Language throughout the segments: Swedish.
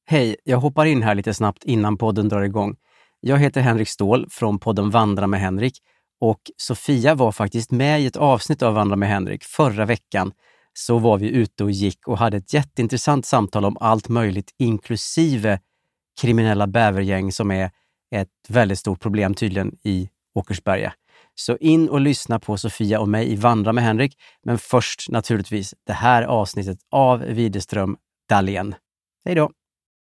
Hej, jag hoppar in här lite snabbt innan podden drar igång. Jag heter Henrik Ståhl från podden Vandra med Henrik och Sofia var faktiskt med i ett avsnitt av Vandra med Henrik förra veckan. Så var vi ute och gick och hade ett jätteintressant samtal om allt möjligt inklusive kriminella bävergäng som är ett väldigt stort problem tydligen i Åkersberga. Så in och lyssna på Sofia och mig i Vandra med Henrik, men först naturligtvis det här avsnittet av Widerström Dahlén. Hej då!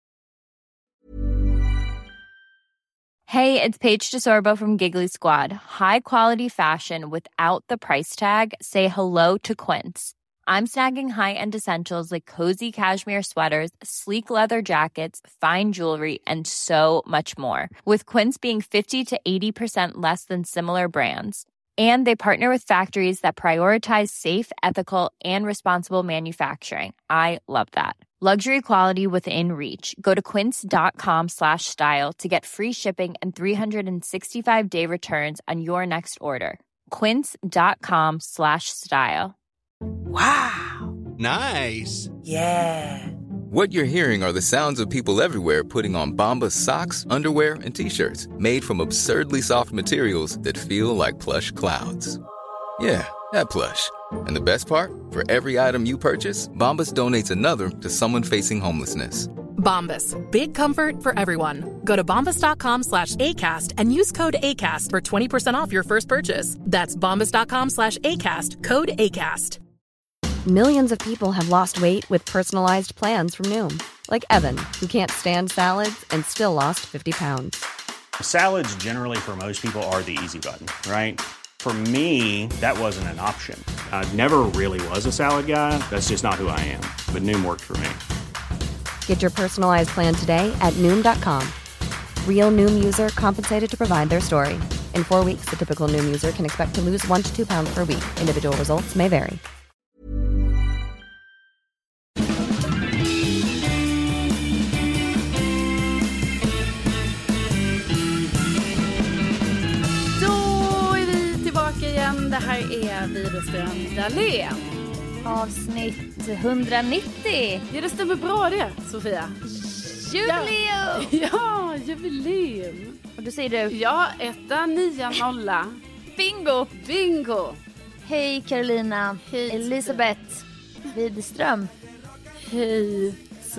Hey, it's Paige DeSorbo from Giggly Squad. High quality fashion without the price tag. Say hello to Quince. I'm snagging high-end essentials like cozy cashmere sweaters, sleek leather jackets, fine jewelry, and so much more. With Quince being 50 to 80% less than similar brands. And they partner with factories that prioritize safe, ethical, and responsible manufacturing. I love that. Luxury quality within reach. Go to quince.com/style to get free shipping and 365-day returns on your next order. Quince.com/style. Wow. Nice. Yeah. What you're hearing are the sounds of people everywhere putting on Bombas socks, underwear, and T-shirts made from absurdly soft materials that feel like plush clouds. Yeah, that plush. And the best part? For every item you purchase, Bombas donates another to someone facing homelessness. Bombas, big comfort for everyone. Go to bombas.com/ACAST and use code ACAST for 20% off your first purchase. That's bombas.com/ACAST, code ACAST. Millions of people have lost weight with personalized plans from Noom. Like Evan, who can't stand salads and still lost 50 pounds. Salads generally for most people are the easy button, right? For me, that wasn't an option. I never really was a salad guy. That's just not who I am. But Noom worked for me. Get your personalized plan today at Noom.com. Real Noom user compensated to provide their story. In 4 weeks, the typical Noom user can expect to lose 1 to 2 pounds per week. Individual results may vary. Det här är Widerström Dahlén. Avsnitt 190. Ja, det stämmer bra det, Sofia. Jubileum! Ja, jubileum. Och då säger du? Ja, 190. Bingo! Bingo! Hej Carolina. Hej Elisabeth Widerström. Hej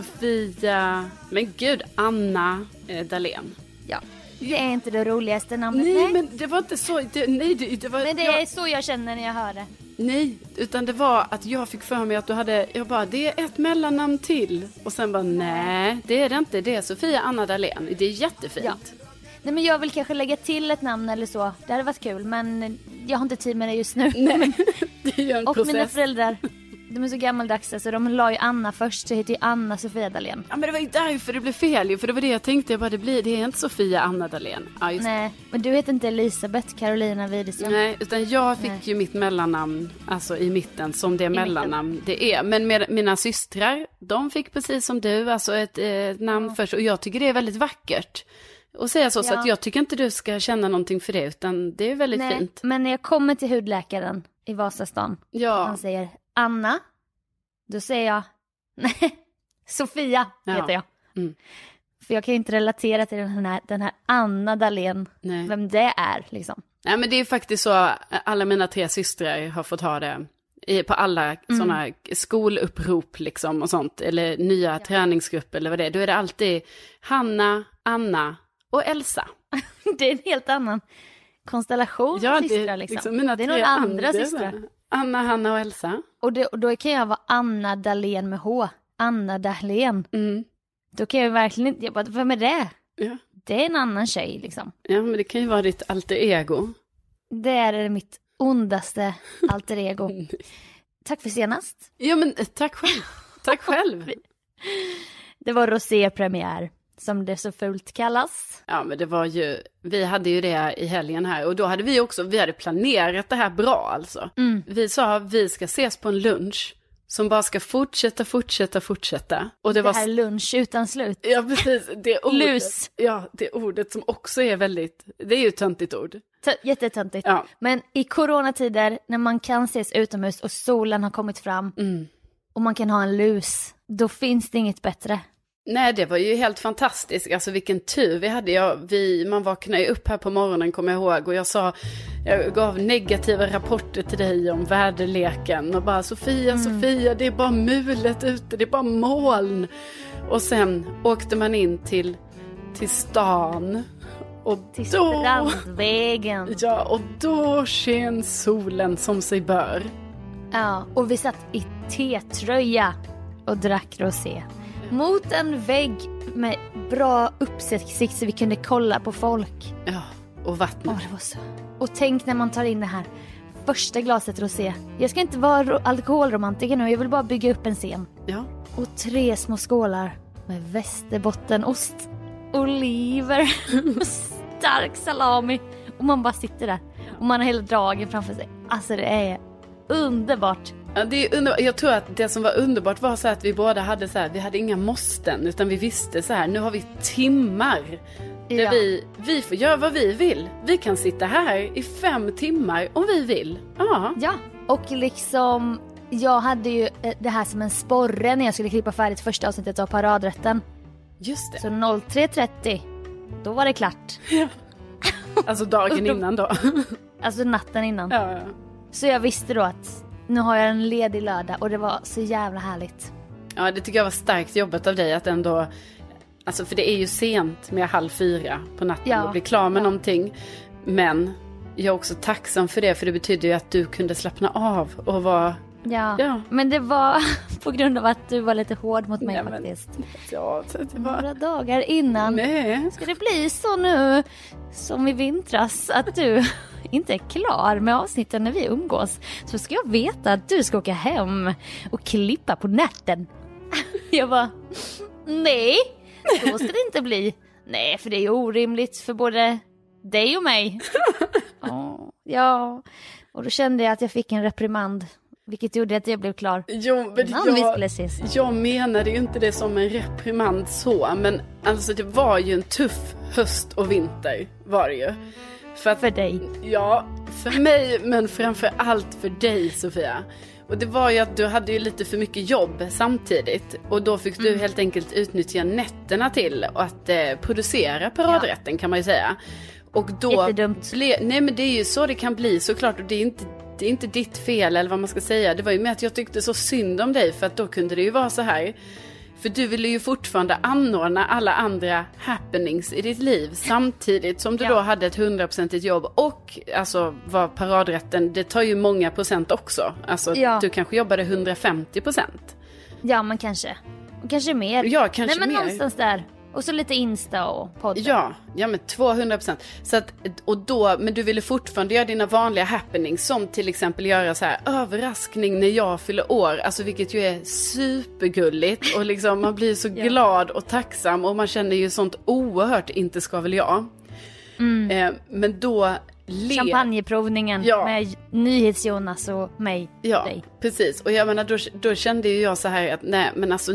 Sofia. Men gud, Anna Dahlén. Ja. Det är inte det roligaste namnet. Nej, men det var inte så. Det var, men det är så jag känner när jag hör det. Nej, utan det var att jag fick för mig att du hade... Jag bara, det är ett mellannamn till. Och sen bara, nej, det är det inte. Det är Sofia Anna Dahlén. Det är jättefint. Ja. Nej, men jag vill kanske lägga till ett namn eller så. Det hade varit kul, men jag har inte tid med det just nu. Nej, det är en och process. Mina föräldrar... De är så gammaldags, så de la ju Anna först, så heter ju Anna Sofia Dahlén. Ja, men det var ju därför det blev fel, för det var det jag tänkte. Jag bara, det är inte Sofia Anna Dahlén. Ja, just. Nej, men du heter inte Elisabeth Carolina Widerström. Nej, utan jag fick ju mitt mellannamn, alltså i mitten, som det mellannamn det är. Men med mina systrar, de fick precis som du, alltså ett namn först. Och jag tycker det är väldigt vackert. Och säga så att jag tycker inte du ska känna någonting för det, utan det är väldigt fint. Men när jag kommer till hudläkaren i Vasastan, han säger Anna, då säger jag nej, Sofia heter jag. Mm. För jag kan ju inte relatera till den här Anna Dahlén, vem det är liksom. Nej, men det är faktiskt så, alla mina 3 systrar har fått ha det på alla sådana skolupprop liksom och sånt, eller nya träningsgrupper eller vad det är. Då är det alltid Hanna, Anna och Elsa. Det är en helt annan konstellation systrar liksom. Det är några andra systrar. Anna, Hanna och Elsa. Och då kan jag vara Anna Dahlén med H. Anna Dahlén. Mm. Då kan jag verkligen inte... Jag bara, vem är det? Ja. Det är en annan tjej liksom. Ja, men det kan ju vara ditt alter ego. Det är mitt ondaste alter ego. Tack för senast. Ja, men tack själv. Tack själv. Det var rosépremiär, som det så fult kallas. Ja, men det var ju... Vi hade ju det i helgen här. Och då hade vi hade planerat det här bra alltså. Mm. Vi sa vi ska ses på en lunch som bara ska fortsätta. Och det här lunch utan slut. Ja, precis. Det ordet, lus. Ja, det ordet som också är väldigt... Det är ju ett töntigt ord. Jättetöntigt. Ja. Men i coronatider, när man kan ses utomhus och solen har kommit fram och man kan ha en lus, då finns det inget bättre Nej, det var ju helt fantastiskt. Alltså vilken tur vi hade. Man vaknade ju upp här på morgonen, kommer jag ihåg. Och jag gav negativa rapporter till dig om väderleken. Och bara, Sofia, det är bara mulet ute, det är bara moln. Och sen åkte man in till stan. Och till Strandvägen. Ja, och då sken solen som sig bör. Ja, och vi satt i T-tröja och drack rosé. Mot en vägg med bra uppsikt så vi kunde kolla på folk. Ja, och vattnet. Det var så. Och tänk när man tar in det här första glaset rosé. Jag ska inte vara alkoholromantiker nu, jag vill bara bygga upp en scen. Ja. Och 3 små skålar med västerbottenost, oliver, stark salami. Och man bara sitter där. Och man har hela dagen framför sig. Alltså det är underbart. Ja, det är underbart. Jag tror att det som var underbart var så att vi båda hade så här, vi hade inga måsten, utan vi visste så här, nu har vi timmar där vi får göra vad vi vill. Vi kan sitta här i 5 timmar om vi vill. Ja, och liksom jag hade ju det här som en sporre när jag skulle klippa färdigt första avsnittet av Paradrätten. Just det. Så 03.30 då var det klart. Ja. Alltså dagen innan då. Alltså natten innan. Ja. Så jag visste då att nu har jag en ledig lördag och det var så jävla härligt. Ja, det tycker jag var starkt jobbat av dig att ändå, alltså för det är ju sent med 3:30 på natten och bli klar med någonting. Men jag är också tacksam för det, för det betyder ju att du kunde slappna av och vara... Ja, men det var på grund av att du var lite hård mot mig faktiskt. Ja, det var... Några dagar innan. Nej. Ska det bli så nu som i vintras att du inte är klar med avsnitten när vi umgås, så ska jag veta att du ska åka hem och klippa på natten. Jag bara, nej, så ska det inte bli. Nej, för det är ju orimligt för både dig och mig. Ja, och då kände jag att jag fick en reprimand, vilket gjorde att jag blev klar. Jo, men jag menade ju inte det som en reprimand så, men alltså det var ju en tuff höst och vinter var det ju. För dig? Ja, för mig, men framför allt för dig, Sofia. Och det var ju att du hade ju lite för mycket jobb samtidigt. Och då fick du helt enkelt utnyttja nätterna till att producera Paradrätten, kan man ju säga. Och då jättedumt. Nej, men det är ju så det kan bli såklart. Och det är inte ditt fel eller vad man ska säga. Det var ju med att jag tyckte så synd om dig. För att då kunde det ju vara så här. För du ville ju fortfarande anordna alla andra happenings i ditt liv samtidigt som du då hade ett 100% jobb. Och alltså var Paradrätten, det tar ju många procent också. Alltså du kanske jobbade 150%. Ja, men kanske. Och kanske mer. Ja, kanske mer. Nej, men någonstans där. Och så lite Insta och podd. Ja, men 200%. Så att, och då, men du ville fortfarande göra dina vanliga happenings, som till exempel göra så här överraskning när jag fyller år. Alltså vilket ju är supergulligt. Och liksom man blir så glad och tacksam. Och man känner ju sånt oerhört, inte ska väl jag. Men då... Champagneprovningen med NyhetsJonas och mig. Ja, dig. Precis. Och jag menar, då kände ju jag så här att nej, men alltså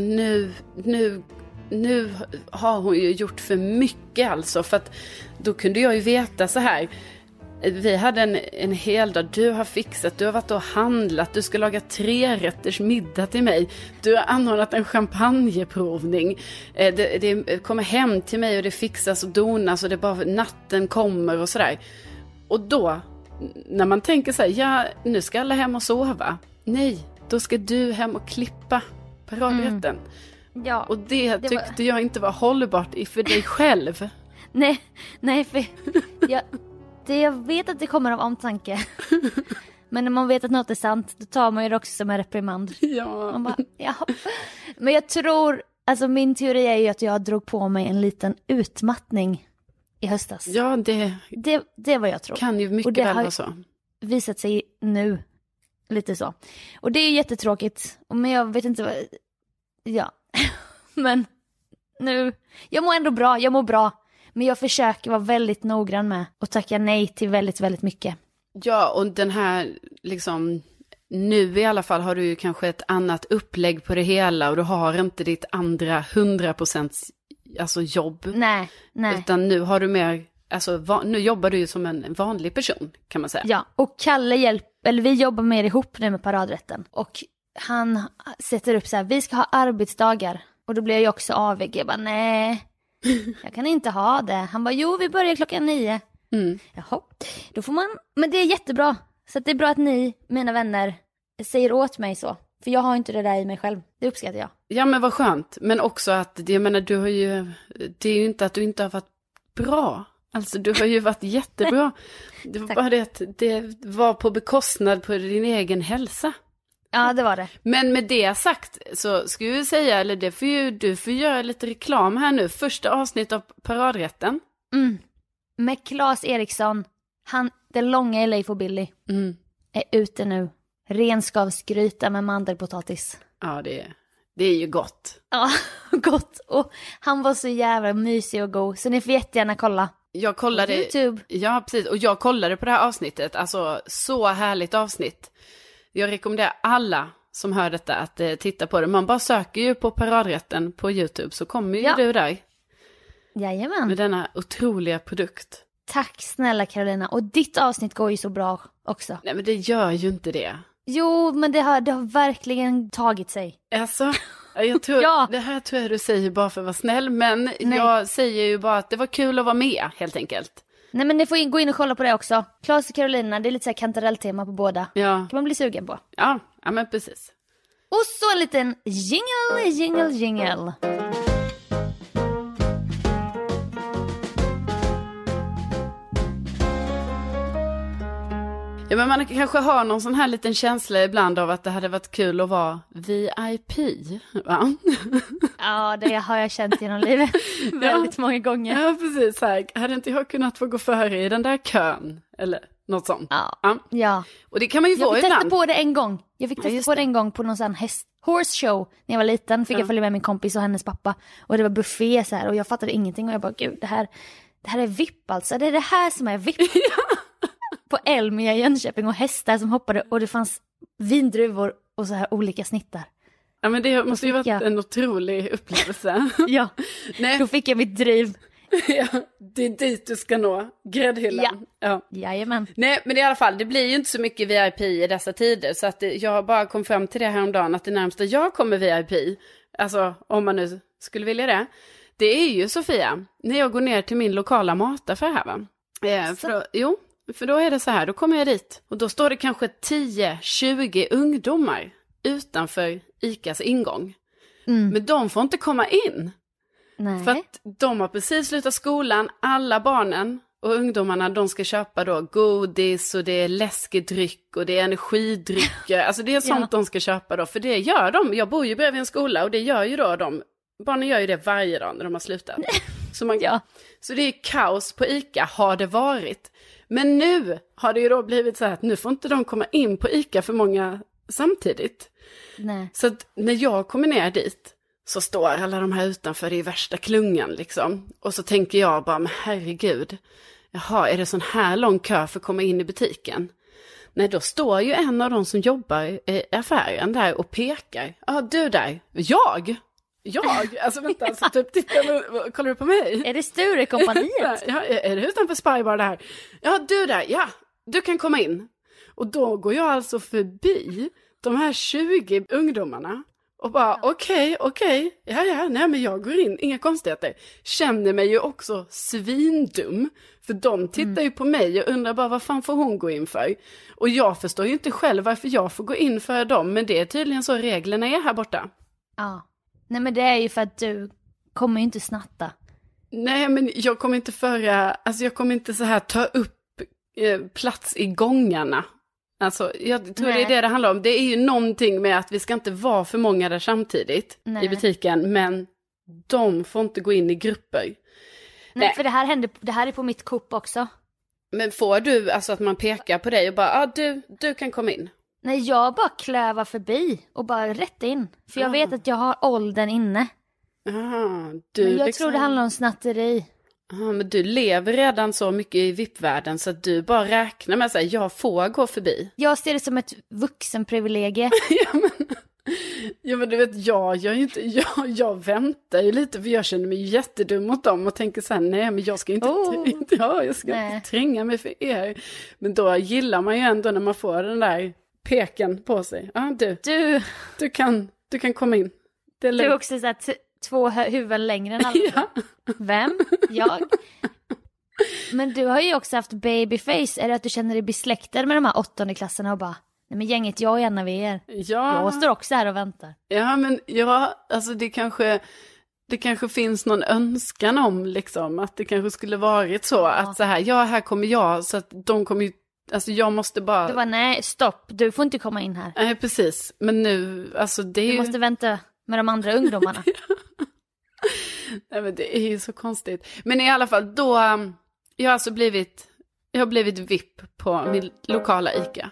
nu har hon ju gjort för mycket alltså, för att då kunde jag ju veta så här, vi hade en hel dag, du har fixat, du har varit och handlat, du ska laga 3-rätters middag till mig, du har anordnat en champagneprovning, det kommer hem till mig och det fixas och donas och det bara natten kommer och sådär. Och då, när man tänker så här, ja nu ska alla hem och sova, nej, då ska du hem och klippa Paradrätten. Ja, och det tyckte jag inte var hållbart för dig själv. Nej, för jag vet att det kommer av omtanke. Men när man vet att något är sant, då tar man ju det också som en reprimand. Ja. Man bara, ja. Men jag tror, alltså min teori är ju att jag drog på mig en liten utmattning i höstas. Ja, det är vad jag tror. Kan ju mycket väl vara så. Visat sig nu lite så. Och det är jättetråkigt. Men jag vet inte vad... Ja. Men nu, jag mår ändå bra, jag mår bra. Men jag försöker vara väldigt noggrann med och tacka nej till väldigt, väldigt mycket. Ja, och den här liksom, nu i alla fall har du ju kanske ett annat upplägg på det hela. Och du har inte ditt andra 100% alltså jobb. Nej. Utan nu har du mer, alltså nu jobbar du ju som en vanlig person, kan man säga. Ja, och Kalle vi jobbar mer ihop nu med Paradrätten. Och han sätter upp så här, vi ska ha arbetsdagar Och då blev jag ju också avig. Jag bara, nej, jag kan inte ha det. Han bara, jo, vi börjar 9:00. Jaha, då får man, men det är jättebra. Så att det är bra att ni, mina vänner, säger åt mig så. För jag har inte det där i mig själv. Det uppskattar jag. Ja, men vad skönt. Men också att, jag menar, du har ju, det är ju inte att du inte har varit bra. Alltså, du har ju varit jättebra. Det var bara det att det var på bekostnad på din egen hälsa. Ja, det var det. Men med det sagt så skulle jag säga, eller det får ju, du får göra lite reklam här nu. Första avsnitt av Paradrätten. Med Claes Eriksson, den långa Leif och Billy, är ute nu. Renskavsgryta med mandelpotatis. Ja, det är ju gott. Ja, gott. Och han var så jävla mysig och god. Så ni får jättegärna kolla. Jag kollade på YouTube. Ja, precis. Och jag kollade på det här avsnittet. Alltså, så härligt avsnitt. Jag rekommenderar alla som hör detta att titta på det. Man bara söker ju på Paradrätten på YouTube så kommer ju du där. Jajamän. Med denna otroliga produkt. Tack snälla Carolina. Och ditt avsnitt går ju så bra också. Nej, men det gör ju inte det. Jo, men det har verkligen tagit sig. Alltså, jag tror, det här tror jag du säger bara för att vara snäll. Men jag säger ju bara att det var kul att vara med, helt enkelt. Nej, men ni får gå in och kolla på det också. Claes och Carolina, det är lite så här kantarelltema på båda. Ja. Kan man bli sugen på. Ja, men precis. Och så en liten jingle. Ja, men man kanske har någon sån här liten känsla ibland av att det hade varit kul att vara VIP, va? Ja, det har jag känt genom livet väldigt många gånger. Ja, precis. Här. Hade inte jag kunnat få gå före i den där kön? Eller något sånt. Ja. Och det kan man ju få ibland. Jag fick testa på det en gång. En gång på någon sån horse show. När jag var liten fick jag följa med min kompis och hennes pappa. Och det var buffé så här. Och jag fattade ingenting. Och jag bara, gud, det här är VIP alltså. Det är det här som är VIP. På Elmia i Jönköping och hästar som hoppade och det fanns vindruvor och så här olika snittar. Ja, men det måste ju varit en otrolig upplevelse. Ja, då fick jag mitt driv. Ja, det är dit du ska nå, gräddhyllan. Ja. Jajamän. Nej, men i alla fall, det blir ju inte så mycket VIP i dessa tider. Så att jag bara kom fram till det häromdagen att det närmsta jag kommer VIP, alltså om man nu skulle vilja det är ju Sofia, när jag går ner till min lokala mataffär här, va? För då är det så här, då kommer jag dit och då står det kanske 10-20 ungdomar utanför ICAs ingång. Men de får inte komma in. Nej. För att de har precis slutat skolan, alla barnen och ungdomarna, de ska köpa då godis och det är läskedryck och det är energidrycker. Alltså det är sånt de ska köpa då, för det gör de. Jag bor ju bredvid en skola och det gör ju då de. Barnen gör ju det varje dag när de har slutat. Så det är kaos på ICA, har det varit. Men nu har det ju då blivit så här att nu får inte de komma in på ICA för många samtidigt. Nej. Så att när jag kommer ner dit så står alla de här utanför i värsta klungan liksom. Och så tänker jag bara, men herregud, jaha, är det sån här lång kö för att komma in i butiken? Nej, då står ju en av de som jobbar i affären där och pekar. Ja, du där. Jag? Alltså vänta, alltså, typ, kollar du på mig? Är det Sturekompaniet? Ja, är det utanför Spybar det här? Ja, du där, ja, du kan komma in. Och då går jag alltså förbi de här 20 ungdomarna och bara okej, nej men jag går in, inga konstigheter. Känner mig ju också svindum, för de tittar ju på mig och undrar bara vad fan får hon gå in för? Och jag förstår ju inte själv varför jag får gå in för dem, men det är tydligen så reglerna är här borta. Ja. Nej, men det är ju för att du kommer ju inte snatta. Nej, men jag kommer inte så här ta upp plats i gångarna. Alltså, jag tror det är det handlar om. Det är ju någonting med att vi ska inte vara för många där samtidigt i butiken, men de får inte gå in i grupper. Nej, för det här är på mitt Coop också. Men får du, alltså att man pekar på dig och bara, du kan komma in? Nej, jag bara klövar förbi och bara rätt in. För jag vet att jag har åldern inne. Men jag tror det handlar om snatteri. Men du lever redan så mycket i VIP-världen så att du bara räknar med att jag får gå förbi. Jag ser det som ett vuxenprivilegie. Ja, men du vet, jag väntar ju lite, för jag känner mig jättedum mot dem och tänker så här, nej men jag ska inte inte tränga mig för er. Men då gillar man ju ändå när man får den där peken på sig. Ja, du kan komma in. Det är också så att 2 huvuden längre än alla. Ja. Vem? Jag. Men du har ju också haft babyface. Är det att du känner dig besläktad med de här 8:e klasserna och bara, nej men gänget, jag är en av er. Ja. Jag står också här och väntar. Ja, men alltså det kanske finns någon önskan om liksom att det kanske skulle varit så att så här, här kommer jag, så att de kommer ju, alltså jag måste bara... Du var nej, stopp, du får inte komma in här. Nej, precis. Men nu, alltså det är ju... Du måste vänta med de andra ungdomarna. Nej, men det är ju så konstigt. Men i alla fall, då, jag har blivit VIP på min lokala ICA.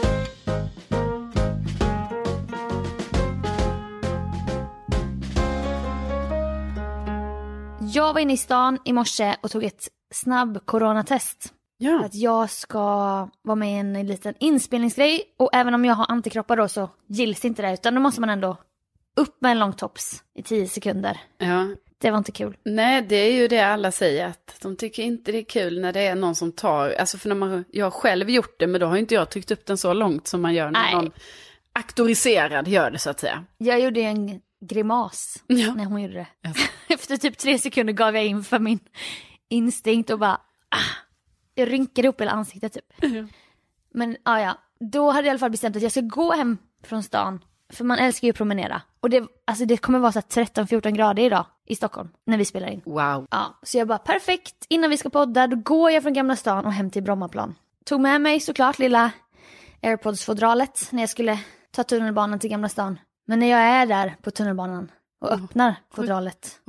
Jag var inne i stan i morse och tog ett snabb coronatest. Ja. Att jag ska vara med i en liten inspelningsgrej. Och även om jag har antikroppar då så gills inte det. Utan då måste man ändå upp med en lång tops i 10 sekunder. Ja. Det var inte kul. Nej, det är ju det alla säger. Att de tycker inte det är kul när det är någon som tar... Alltså för när jag har själv gjort det, men då har inte jag tryckt upp den så långt som man gör när någon auktoriserad gör det så att säga. Jag gjorde en grimas när hon gjorde det. Ja. Efter typ 3 sekunder gav jag in för min instinkt och bara... jag rynkade upp hela ansiktet typ. Ja. Men då hade jag i alla fall bestämt att jag ska gå hem från stan. För man älskar ju att promenera. Och det kommer vara så 13-14 grader idag i Stockholm när vi spelar in. Wow. Ja, så jag bara perfekt, innan vi ska podda då går jag från Gamla stan och hem till Brommaplan. Tog med mig såklart lilla AirPods-fodralet när jag skulle ta tunnelbanan till Gamla stan. Men när jag är där på tunnelbanan och öppnar fodralet,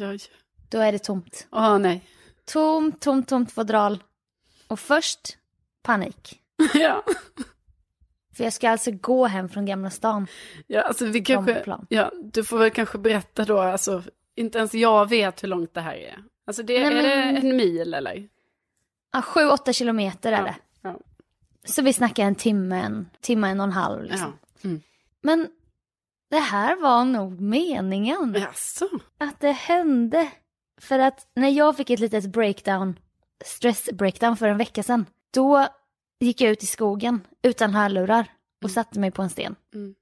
då är det tomt. Nej. Tomt fodral. Och först panik. Ja. För jag ska alltså gå hem från Gamla stan. Ja, alltså vi kanske... Ja, du får väl kanske berätta då, alltså inte ens jag vet hur långt det här är. Alltså är det en mil eller? Ja, 7-8 kilometer är det. Ja. Så vi snackar en timme, 1,5 liksom. Ja. Mm. Men det här var nog meningen. Jaså? Att det hände. För att när jag fick ett litet stress-breakdown för en vecka sedan, då gick jag ut i skogen utan hörlurar och satte mig på en sten. Mm.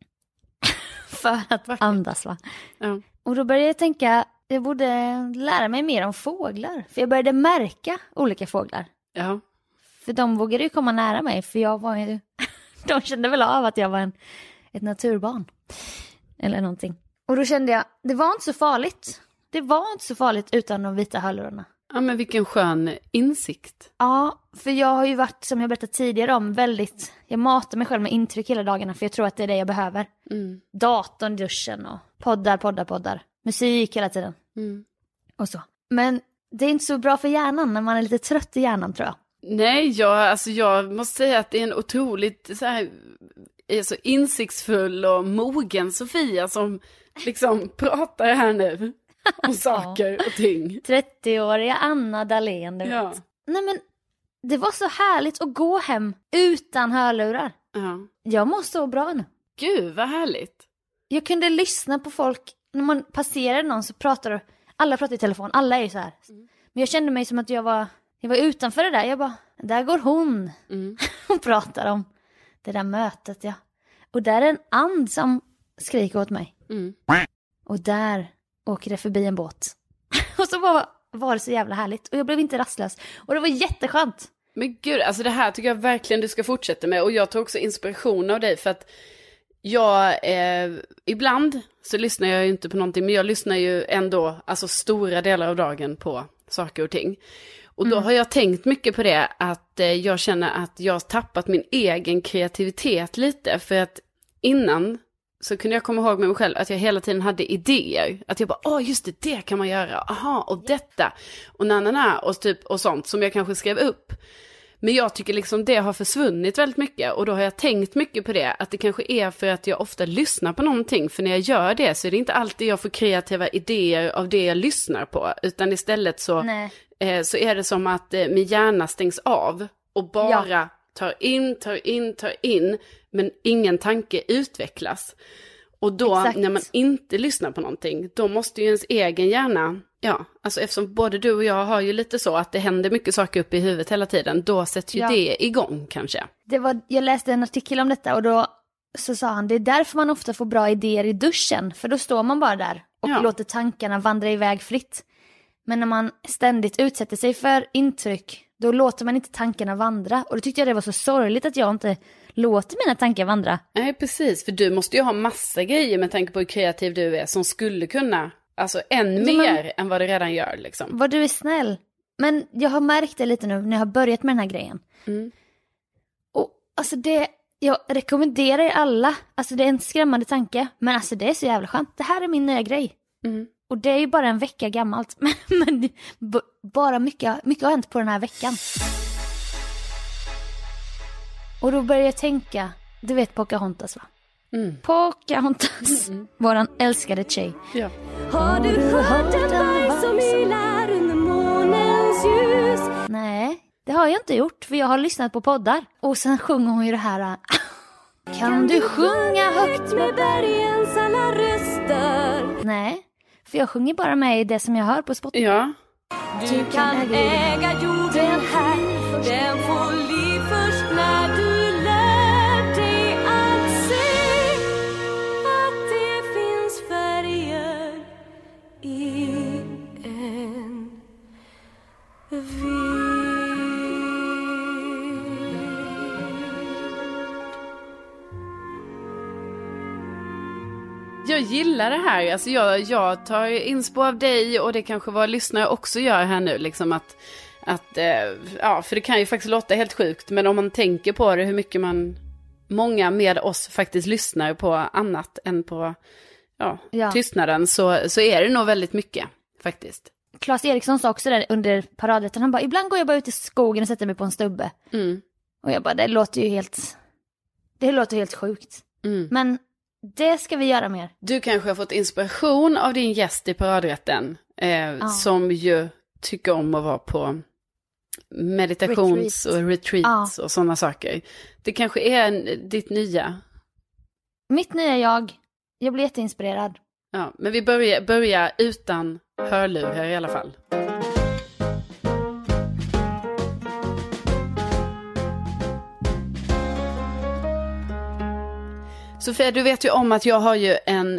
För att andas va? Ja. Och då började jag tänka, jag borde lära mig mer om fåglar. För jag började märka olika fåglar. Ja. För de vågade ju komma nära mig, för jag var ju... de kände väl av att jag var ett naturbarn. Eller någonting. Och då kände jag, det var inte så farligt. Det var inte så farligt utan de vita hörlurarna. Ja, men vilken skön insikt. Ja, för jag har ju varit, som jag berättade tidigare om, jag matar mig själv med intryck hela dagarna, för jag tror att det är det jag behöver. Mm. Datorn, duschen och poddar. Musik hela tiden. Mm. Och så. Men det är inte så bra för hjärnan när man är lite trött i hjärnan, tror jag. Nej, jag måste säga att det är en otroligt så här, så insiktsfull och mogen Sofia som liksom pratar här nu. Om saker och ting. 30-åriga Anna Dahlén, du vet. Nej, men det var så härligt att gå hem utan hörlurar. Ja. Jag mår så bra nu. Gud, vad härligt. Jag kunde lyssna på folk. När man passerade någon så pratade alla pratar i telefon. Alla är ju så här. Mm. Men jag kände mig som att jag var utanför det där. Jag bara, där går hon. Mm. Hon pratar om det där mötet, ja. Och där är en and som skriker åt mig. Mm. Och där åker det förbi en båt. Och så var det så jävla härligt. Och jag blev inte rastlös. Och det var jätteskönt. Men gud, alltså det här tycker jag verkligen du ska fortsätta med. Och jag tar också inspiration av dig. För att ibland så lyssnar jag ju inte på någonting. Men jag lyssnar ju ändå, alltså stora delar av dagen på saker och ting. Och då har jag tänkt mycket på det. Att jag känner att jag har tappat min egen kreativitet lite. För att innan så kunde jag komma ihåg med mig själv att jag hela tiden hade idéer. Att jag bara, just det kan man göra. Aha, och detta. Och och sånt som jag kanske skrev upp. Men jag tycker liksom det har försvunnit väldigt mycket. Och då har jag tänkt mycket på det. Att det kanske är för att jag ofta lyssnar på någonting. För när jag gör det så är det inte alltid jag får kreativa idéer av det jag lyssnar på. Utan istället så är det som att min hjärna stängs av. Och bara tar in. Men ingen tanke utvecklas. Och då när man inte lyssnar på någonting, då måste ju ens egen hjärna, alltså eftersom både du och jag har ju lite så att det händer mycket saker upp i huvudet hela tiden, då sätter ju det igång kanske. Jag läste en artikel om detta och då så sa han, det är därför man ofta får bra idéer i duschen, för då står man bara där och låter tankarna vandra iväg fritt. Men när man ständigt utsätter sig för intryck, då låter man inte tankarna vandra. Och då tyckte jag det var så sorgligt att jag inte låter mina tankar vandra. Nej, precis. För du måste ju ha massa grejer med tanke på hur kreativ du är som skulle kunna, alltså än mer än vad du redan gör liksom. Vad du är snäll. Men jag har märkt det lite nu när jag har börjat med den här grejen. Och alltså jag rekommenderar er alla, alltså det är en skrämmande tanke, men alltså det är så jävla skönt. Det här är min nya grej. Och det är ju bara en vecka gammalt, men bara mycket har hänt på den här veckan. Och då börjar jag tänka, du vet Pocahontas va? Pocahontas, våran älskade tjej. Ja. Har du hört en varg som ylar under månens ljus? Nej, det har jag inte gjort, för jag har lyssnat på poddar. Och sen sjunger hon ju det här. Kan du sjunga högt med bergens alla röster? Nej, för jag sjunger bara med i det som jag hör på Spotify. Ja. Du kan äga jorden här, den får liv först när du lär dig att se att det finns färger i en vind. Jag gillar det här, alltså jag tar inspo av dig och det kanske vad lyssnare också gör här nu, liksom att för det kan ju faktiskt låta helt sjukt, men om man tänker på det, hur mycket många med oss faktiskt lyssnar på annat än på tystnaden, så är det nog väldigt mycket faktiskt. Claes Eriksson sa också där under paradrätten, han bara, ibland går jag bara ut i skogen och sätter mig på en stubbe. Och jag bara, det låter helt sjukt. Men det ska vi göra mer. Du kanske har fått inspiration av din gäst i paradrätten, som ju tycker om att vara på meditations- och retreats och sådana saker. Det kanske är ditt nya. Mitt nya jag blir jätteinspirerad. Ja, men vi börjar utan hörlurar i alla fall. Sofia, du vet ju om att jag har ju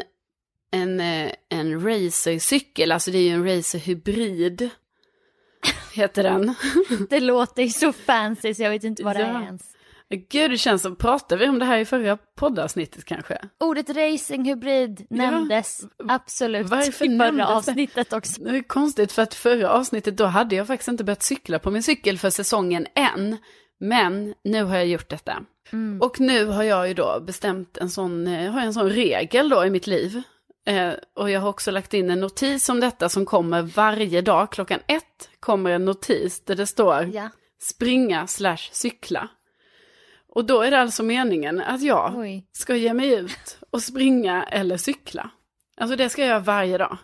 en racercykel, alltså det är ju en racerhybrid, heter den. Det låter ju så fancy så jag vet inte vad det är ens. Gud, det känns som, pratade vi om det här i förra poddavsnittet kanske? Ordet racinghybrid nämndes absolut Varför i förra avsnittet också. Det är konstigt för att förra avsnittet då hade jag faktiskt inte börjat cykla på min cykel för säsongen än. Men nu har jag gjort detta. Och nu har jag ju då bestämt en sån regel då i mitt liv. Och jag har också lagt in en notis om detta som kommer varje dag. 1:00 kommer en notis där det står springa/cykla. Och då är det alltså meningen att jag ska ge mig ut och springa eller cykla. Alltså det ska jag göra varje dag.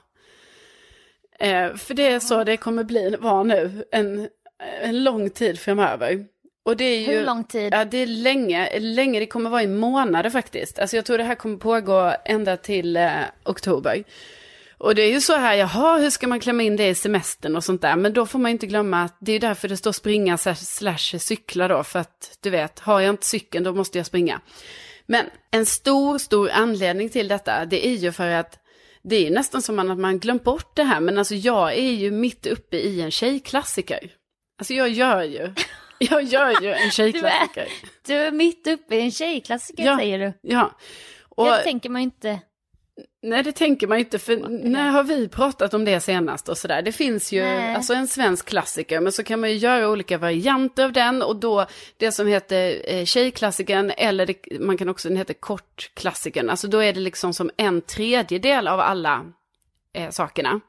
För det är så det kommer vara nu en lång tid framöver. Och det är ju, hur lång tid? Ja, det är länge, det kommer vara i månader faktiskt. Alltså jag tror det här kommer pågå ända till oktober. Och det är ju så här, hur ska man klämma in det i semestern och sånt där. Men då får man inte glömma att det är därför det står springa/cykla då. För att du vet, har jag inte cykeln då måste jag springa. Men en stor anledning till detta, det är ju för att det är nästan som att man glömt bort det här. Men alltså jag är ju mitt uppe i en tjejklassiker. Alltså jag gör ju en tjejklassiker. Du är mitt uppe i en tjejklassiker, säger du. Ja. Och det tänker man inte. Nej, det tänker man inte, för när har vi pratat om det senast och sådär. Det finns ju alltså en svensk klassiker, men så kan man ju göra olika varianter av den. Och då det som heter tjejklassikern, eller man kan också, den heter kortklassikern. Alltså då är det liksom som 1/3 av alla sakerna.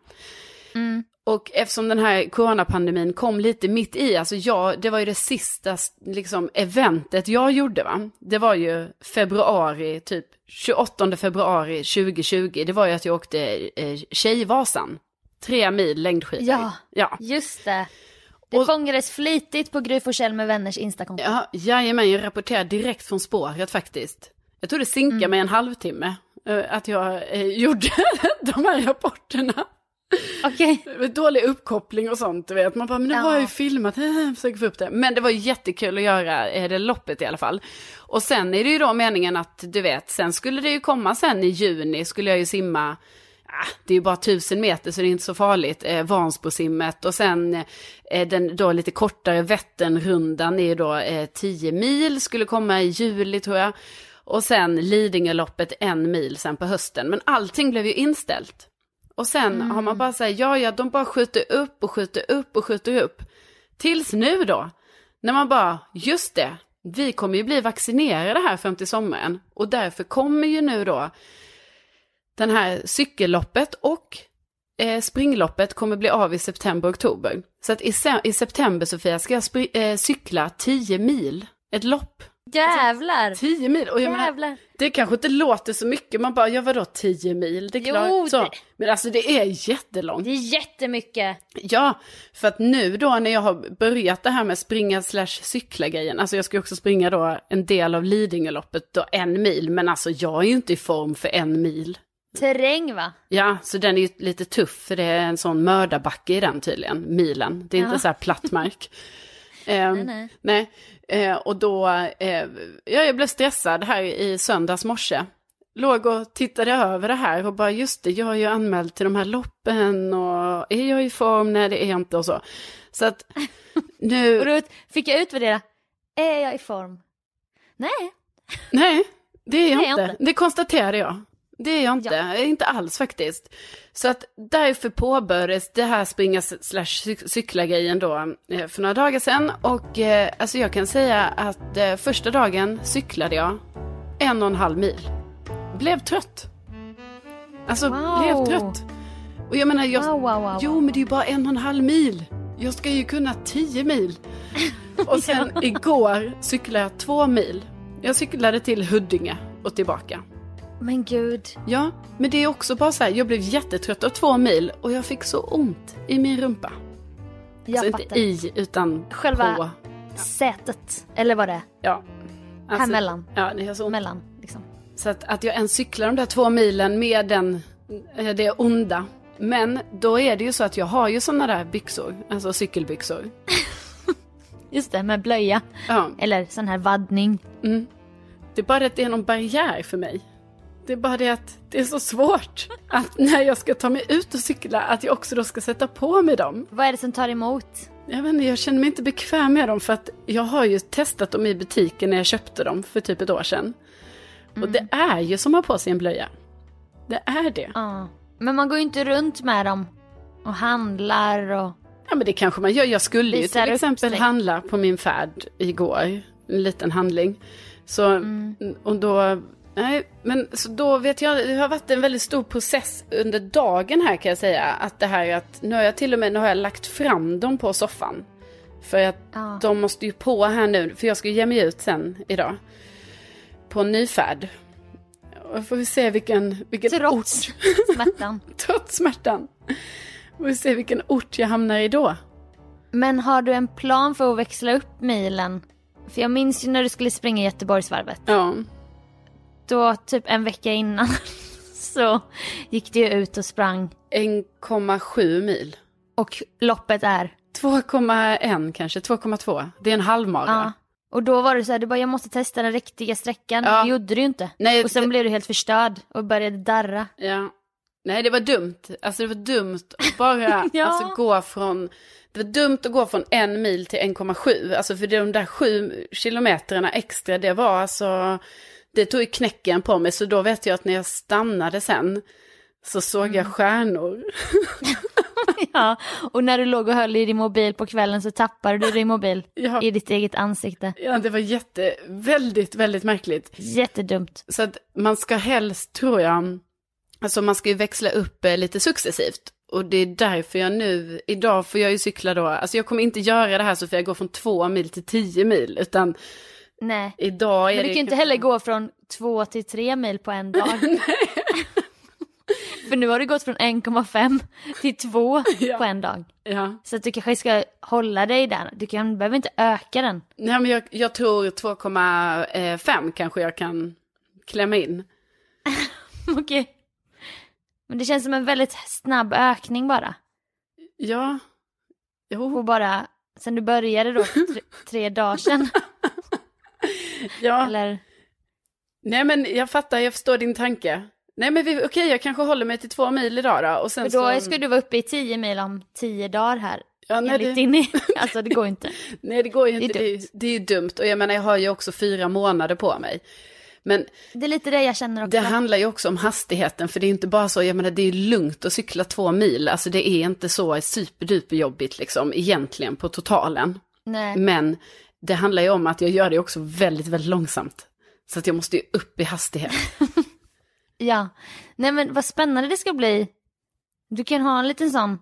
Och eftersom den här coronapandemin kom lite mitt i, alltså det var ju det sista liksom eventet jag gjorde, va. Det var ju februari, typ 28 februari 2020. Det var ju att jag åkte Tjejvasan. 3 mil längdskidor. Ja, just det. Det fångades flitigt på Gry Forssell med vänners Instakonto. Ja, jajamän, jag rapporterar direkt från spåret faktiskt. Jag tror det sinkade mig en halvtimme att jag gjorde de här rapporterna. Okej. Dålig uppkoppling och sånt, du vet. Man bara, men nu har jag ju filmat, försöker få upp det. Men det var jättekul att göra det loppet i alla fall. Och sen är det ju då meningen att, du vet, sen skulle det ju komma sen i juni, skulle jag ju simma det är ju bara 1000 meter så det är inte så farligt. Vansbrosimmet och sen den då lite kortare Vätternrundan är då 10 mil, skulle komma i juli tror jag. Och sen Lidingöloppet 1 mil sen på hösten. Men allting blev ju inställt. Och sen har man bara sagt, ja, de bara skjuter upp och skjuter upp och skjuter upp. Tills nu då, när man bara, just det, vi kommer ju bli vaccinerade här fram till sommaren. Och därför kommer ju nu då den här cykelloppet och springloppet kommer bli av i september-oktober. Så att i september, Sofia, ska jag cykla 10 mil. Ett lopp. Jävlar! 10 mil. Och jag menar, det kanske inte låter så mycket. Man bara, vadå 10 mil? Det är klart. Jo, så. Men alltså det är jättelångt. Det är jättemycket. Ja, för att nu då när jag har börjat det här med springa/cykla-grejen. Alltså jag ska också springa då en del av Lidingöloppet då 1 mil. Men alltså jag är ju inte i form för 1 mil. Terräng va? Ja, så den är ju lite tuff. För det är en sån mördarbacke i den tydligen. Milen. Det är inte så här plattmark. Nej. Och då, jag blev stressad här i söndags morse. Låg och tittade över det här och bara just det, jag har ju anmält till de här loppen och är jag i form? Nej, det är jag inte och så. Så att nu... Och då fick jag utvärdera, är jag i form? Nej, det är jag inte. Det konstaterade jag. Det är jag inte, inte alls faktiskt. Så att därför påbörjades det här springa/cykla-grejen då för några dagar sedan. Och alltså jag kan säga att första dagen cyklade jag 1,5 mil. Blev trött. Alltså blev trött. Och jag menar, wow. Jo men det är ju bara 1,5 mil. Jag ska ju kunna 10 mil. Och sen igår cyklade jag 2 mil. Jag cyklade till Huddinge och tillbaka. Men gud. Ja, men det är också bara så här, jag blev jättetrött av 2 mil och jag fick så ont i min rumpa. Jag alltså inte i, utan själva på. sätet, eller vad det är. Ja. Alltså, här mellan. Ja, det är så ont. Mellan, liksom. Så att jag ens cyklar de där 2 milen med det onda. Men då är det ju så att jag har ju såna där byxor, alltså cykelbyxor. Just det, med blöja. Ja. Eller sån här vaddning. Mm. Det är bara att det är någon barriär för mig. Det är bara det att det är så svårt att när jag ska ta mig ut och cykla att jag också då ska sätta på mig dem. Vad är det som tar emot? Jag känner mig inte bekväm med dem för att jag har ju testat dem i butiken när jag köpte dem för typ ett år sedan. Och det är ju som att ha på sig en blöja. Det är det. Ja. Men man går ju inte runt med dem och handlar och... Ja men det kanske man gör. Jag skulle ju till exempel handla på min färd igår. En liten handling. Så, och då... Nej, men så då vet jag, det har varit en väldigt stor process under dagen här kan jag säga. Att det här att, nu har jag lagt fram dem på soffan. För att de måste ju på här nu, för jag ska ge mig ut sen idag. På en ny färd. Och får vi se vilken Trots smärtan. Trots smärtan. Får vi se vilken ort jag hamnar i då. Men har du en plan för att växla upp milen? För jag minns ju när du skulle springa Göteborgsvarvet. Ja. Då typ en vecka innan så gick du ut och sprang 1,7 mil. Och loppet är 2,1 kanske, 2,2. Det är en halvmara. Ja. Och då var det så här, du bara, jag måste testa den riktiga sträckan. Det gjorde du ju inte. Nej, och sen blev du helt förstörd och började darra. Ja. Nej, det var dumt. Alltså det var dumt att bara alltså, gå från... Det var dumt att gå från 1 mil till 1,7. Alltså för de där 7 kilometrarna extra, det var alltså... Det tog ju knäcken på mig, så då vet jag att när jag stannade sen så såg jag stjärnor. Ja, och när du låg och höll i din mobil på kvällen så tappade du din mobil i ditt eget ansikte. Ja, det var väldigt, väldigt märkligt. Jättedumt. Så att man ska helst, tror jag, alltså man ska ju växla upp lite successivt. Och det är därför jag nu, idag får jag ju cykla då, alltså jag kommer inte göra det här så för jag går från 2 mil till 10 mil, utan... Nej, idag är men du kan ju inte heller gå från 2 till 3 mil på en dag. För nu har du gått från 1,5 till 2 på en dag. Ja. Så att du kanske ska hålla dig där. Du behöver inte öka den. Nej, men jag tror 2,5 kanske jag kan klämma in. Okej. Men det känns som en väldigt snabb ökning bara. Ja. Jo. Och bara, sen du började då 3 dagar sedan. Ja. Eller... Nej, men jag förstår din tanke. Nej men okej, jag kanske håller mig till 2 mil idag då. Och sen för då ska du vara uppe i 10 mil om 10 dagar här. Ja, Alltså det går inte. Nej, det går ju inte. Det är ju dumt. Och jag menar, jag har ju också 4 månader på mig. Men det är lite det jag känner också. Det handlar ju också om hastigheten. För det är inte bara så, jag menar, det är lugnt att cykla 2 mil. Alltså det är inte så superduperjobbigt liksom egentligen på totalen. Nej. Men det handlar ju om att jag gör det också väldigt, väldigt långsamt. Så att jag måste ju upp i hastighet. Ja. Nej men vad spännande det ska bli. Du kan ha en liten sån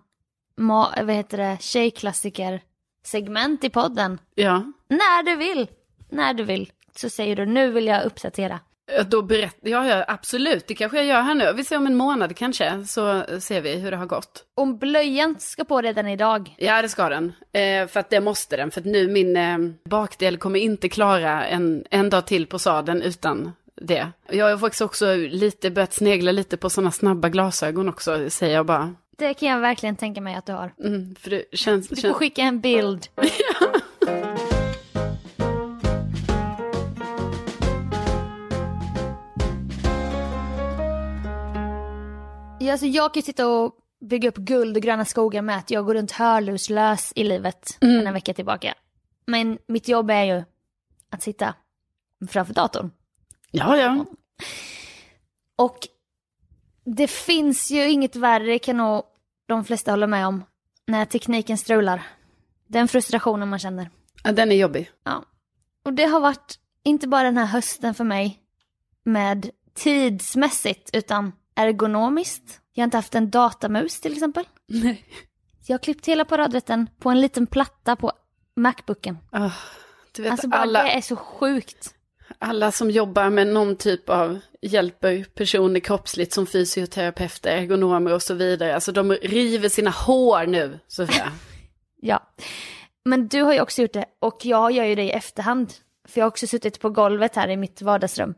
tjejklassiker-segment i podden. Ja. När du vill. Så säger du, nu vill jag uppdatera. Då ja, absolut. Det kanske jag gör här nu. Vi ser om en månad kanske, så ser vi hur det har gått. Om blöjan ska på redan idag. Ja, det ska den. För att det måste den. För att nu min bakdel kommer inte klara en dag till på sadeln utan det. Jag har faktiskt också börjat snegla lite på sådana snabba glasögon också, säger jag bara. Det kan jag verkligen tänka mig att du har. För det känns... Du får skicka en bild. Ja, alltså jag kan ju sitta och bygga upp guld och gröna skogar med att jag går runt hörluslös i livet en vecka tillbaka. Men mitt jobb är ju att sitta framför datorn. Ja. Och det finns ju inget värre, kan nog de flesta hålla med om, när tekniken strular. Den frustrationen man känner. Ja, den är jobbig. Ja. Och det har varit inte bara den här hösten för mig med tidsmässigt utan ergonomiskt. Jag har inte haft en datamus till exempel. Nej. Jag har klippt hela paradrätten på en liten platta på Macbooken. Du vet, alltså bara det är så sjukt. Alla som jobbar med någon typ av hjälper personer kroppsligt som fysioterapeuter, ergonomer och så vidare. Alltså de river sina hår nu, Sofia. Ja, men du har ju också gjort det och jag gör ju det i efterhand. För jag har också suttit på golvet här i mitt vardagsrum.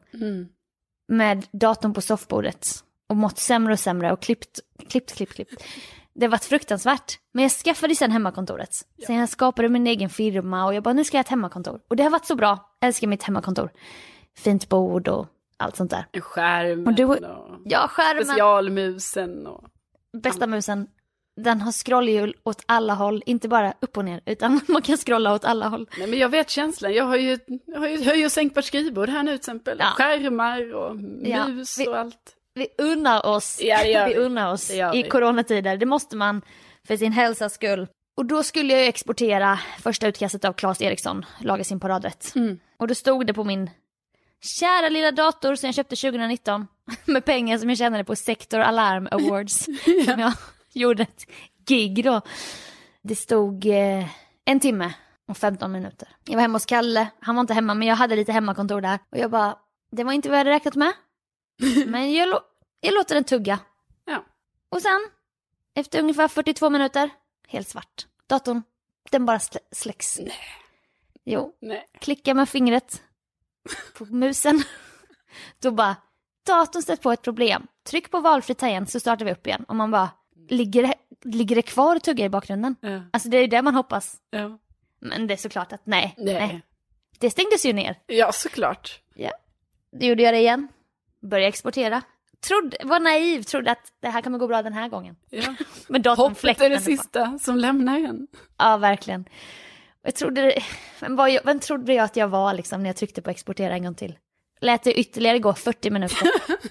Med datorn på soffbordet. Och mått sämre och sämre och klippt. Det har varit fruktansvärt. Men jag skaffade sen hemmakontoret. Ja. Sen jag skapade min egen firma och jag bara, nu ska jag ha ett hemmakontor. Och det har varit så bra. Jag älskar mitt hemmakontor. Fint bord och allt sånt där. Skärmen och skärmen. Specialmusen. Bästa musen. Den har scrollhjul åt alla håll. Inte bara upp och ner, utan man kan scrolla åt alla håll. Nej, men jag vet känslan. Jag har ju höj- och sänkbart skrivbord här nu till exempel. Ja. Skärmar och mus och allt. Vi unnar oss. Ja, vi unnar oss i coronatider. Det måste man för sin hälsas skull. Och då skulle jag exportera första utkastet av Claes Eriksson, laga sin paradrätt. Och då stod det på min kära lilla dator som jag köpte 2019 med pengar som jag tjänade på Sector Alarm Awards. Som jag gjorde ett gig då. Det stod 1 timme och 15 minuter. Jag var hemma hos Kalle. Han var inte hemma, men jag hade lite hemmakontor där. Och jag bara, det var inte vad jag hade räknat med. Men jag låter den tugga. Ja. Och sen, efter ungefär 42 minuter, helt svart. Datorn, den bara släcks. Nej. Jo, Nej. Klicka med fingret på musen. Då bara, datorn ställt på ett problem. Tryck på valfri tangent så startar vi upp igen. Och man bara, ligger det kvar och tugga i bakgrunden? Ja. Alltså det är det man hoppas. Ja. Men det är såklart att nej. Det stängdes ju ner. Ja, såklart. Ja. Då gjorde jag det igen. Började exportera. Var naiv, trodde att det här kommer gå bra den här gången. Ja. Men hoppet är det sista som lämnar en. Ja, verkligen. Jag trodde, vem trodde jag att jag var liksom, när jag tryckte på exportera en gång till? Lät det ytterligare gå 40 minuter.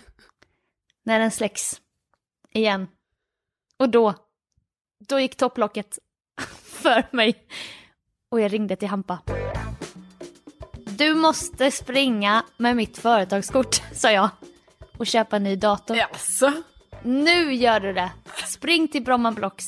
När den släcks igen. Och då gick topplocket för mig. Och jag ringde till Hampa. Du måste springa med mitt företagskort, sa jag. Och köpa en ny dator. Jaså? Nu gör du det. Spring till Bromma Blocks.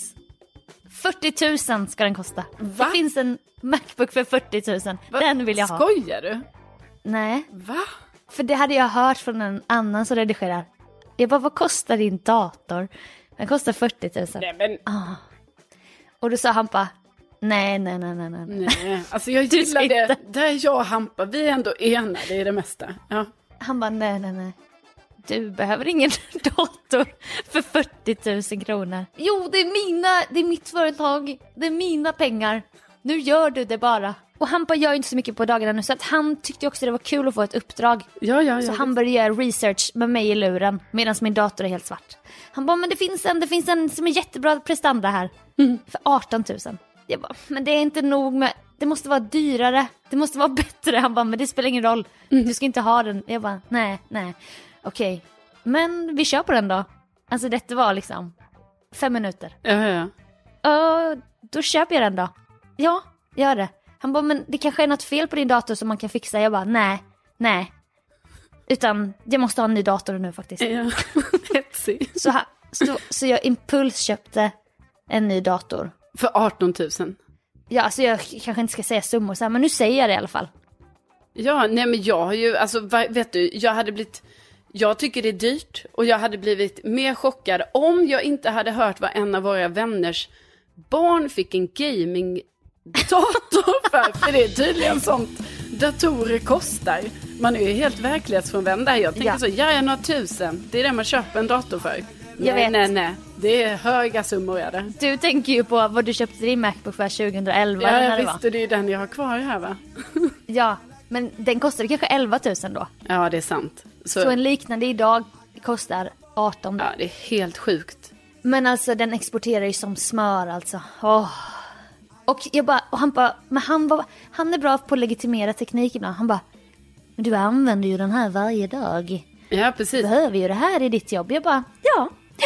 40 000 ska den kosta. Va? Det finns en Macbook för 40 000. Va? Den vill jag ha. Skojar du? Nej. Va? För det hade jag hört från en annan som redigerar. Jag bara, vad kostar din dator? Den kostar 40 000. Nej, men... Och då sa Hampa, nej. Nej, alltså jag gillar det. Där är jag och Hampa, vi är ändå enade i det mesta. Ja. Han bara, nej. Du behöver ingen dator för 40 000 kronor. Jo, det är mitt företag. Det är mina pengar. nu gör du det bara. Och han bara gör ju inte så mycket på dagarna nu, så att han tyckte också det var kul att få ett uppdrag. Ja. Så han började göra research med mig i luren medan min dator är helt svart. Han bara, men det finns en som är jättebra prestanda här. För 18 000. Jag bara, men det är inte nog med, det måste vara dyrare. Det måste vara bättre. Han bara, men det spelar ingen roll. Du ska inte ha den. Jag bara, nej. Okej. Men vi kör på den då. Alltså detta var liksom 5 minuter. Ja. Då köper jag den då. Ja, gör det. Han bara, men det kanske är något fel på din dator som man kan fixa. Jag bara, nej. Utan jag måste ha en ny dator nu faktiskt. Ja, så jag impulsköpte en ny dator. För 18 000. Ja, alltså jag kanske inte ska säga summor så här, men nu säger jag det i alla fall. Ja, nej men jag har ju, alltså vet du, jag tycker det är dyrt och jag hade blivit mer chockad om jag inte hade hört vad en av våra vänners barn fick en gaming-dator för det är tydligen sånt datorer kostar. Man är ju helt verklighetsfrånvänd där. Jag tänker några tusen, det är det man köper en dator för. Nej, det är höga summor är det. Du tänker ju på vad du köpte din MacBook för 2011. Ja, jag visste, det är den jag har kvar här va? Ja, men den kostade kanske 11 000 då. Ja, det är sant. Så en liknande idag kostar 18 000. Ja, det är helt sjukt. Men alltså den exporterar ju som smör alltså. Och han bara, men han är bra på att legitimera tekniken. Han bara, men du använder ju den här varje dag. Ja, precis. Du behöver ju det här i ditt jobb. Jag bara, ja.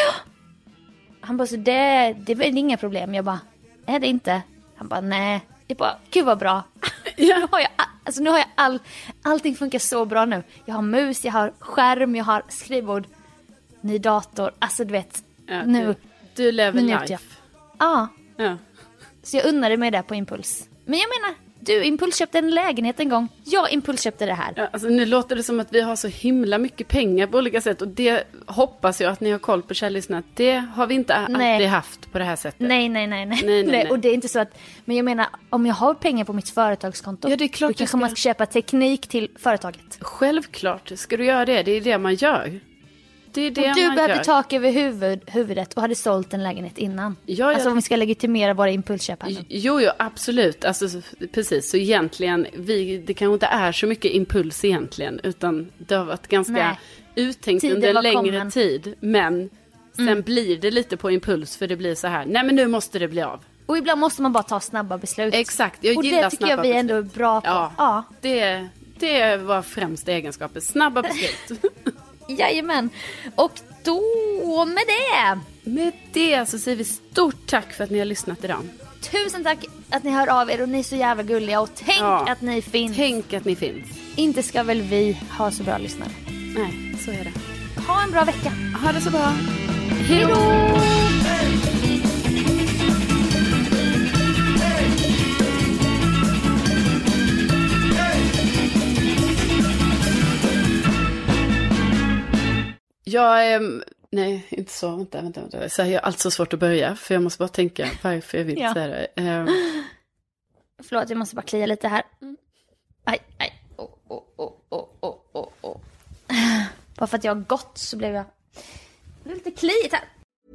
Han bara, så det är väl inga problem. Jag bara, är det inte? Han bara, nej. Jag bara, gud vad bra. Ja. Nu har jag allting funkar så bra nu. Jag har mus, jag har skärm, jag har skrivbord, ny dator. Alltså du vet, nu. Du lever life. Ja. Så jag unnade mig det på impuls. Men jag menar, du impulsköpte en lägenhet en gång. Jag impulsköpte det här. Ja, alltså nu låter det som att vi har så himla mycket pengar på olika sätt. Och det hoppas jag att ni har koll på, källorna. Det har vi inte alltid haft på det här sättet. Nej. Och det är inte så att, men jag menar, om jag har pengar på mitt företagskonto, ja, det är klart, då kanske man ska köpa teknik till företaget. Självklart ska du göra det. Det är det man gör. Det är det du behövde tak över huvudet och hade sålt en lägenhet innan. Ja. Alltså om vi ska legitimera våra impulsköp här. Jo, absolut. Alltså, precis, så egentligen, det kanske inte är så mycket impuls egentligen, utan det har varit ganska uttänkt under en längre tid. Men sen blir det lite på impuls, för det blir så här, nej men nu måste det bli av. Och ibland måste man bara ta snabba beslut. Exakt, jag gillar det tycker jag vi ändå är bra på. Ja. Det var främsta egenskapen, snabba beslut. Jajamän. Och då med det så säger vi stort tack för att ni har lyssnat idag. Tusen tack att ni hör av er och ni är så jävla gulliga. Och tänk att ni finns. Tänk att ni finns. Inte ska väl vi ha så bra lyssnare. Nej, så är det. Ha en bra vecka. Ha det så bra. Hej då! Nej, inte så. Vänta. Så jag har alltså svårt att börja, för jag måste bara tänka varför jag vill säga det. Förlåt, jag måste bara klia lite här. Aj. Bara för att jag har gått så blev jag lite kliigt här.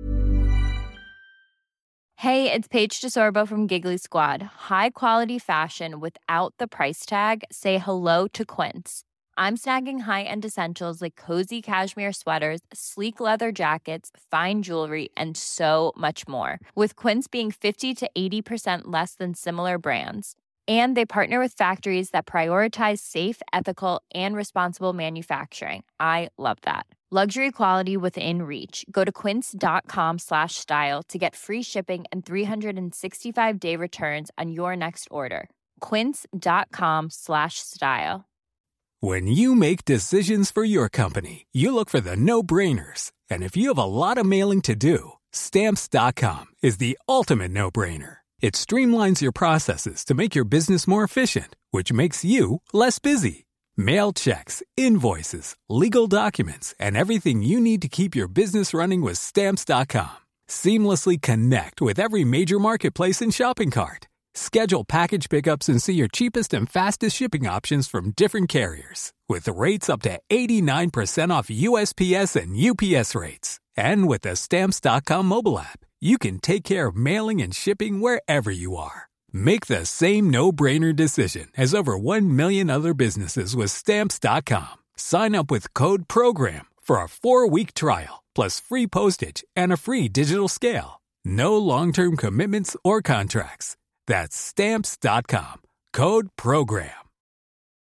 Hey, it's Paige DeSorbo from Giggly Squad. High quality fashion without the price tag. Say hello to Quince. I'm snagging high-end essentials like cozy cashmere sweaters, sleek leather jackets, fine jewelry, and so much more. With Quince being 50 to 80% less than similar brands. And they partner with factories that prioritize safe, ethical, and responsible manufacturing. I love that. Luxury quality within reach. Go to quince.com/style to get free shipping and 365-day returns on your next order. Quince.com/style. When you make decisions for your company, you look for the no-brainers. And if you have a lot of mailing to do, Stamps.com is the ultimate no-brainer. It streamlines your processes to make your business more efficient, which makes you less busy. Mail checks, invoices, legal documents, and everything you need to keep your business running with Stamps.com. Seamlessly connect with every major marketplace and shopping cart. Schedule package pickups and see your cheapest and fastest shipping options from different carriers. With rates up to 89% off USPS and UPS rates. And with the Stamps.com mobile app, you can take care of mailing and shipping wherever you are. Make the same no-brainer decision as over 1 million other businesses with Stamps.com. Sign up with Code PROGRAM for a 4-week trial, plus free postage and a free digital scale. No long-term commitments or contracts. That's Stamps.com. Code PROGRAM.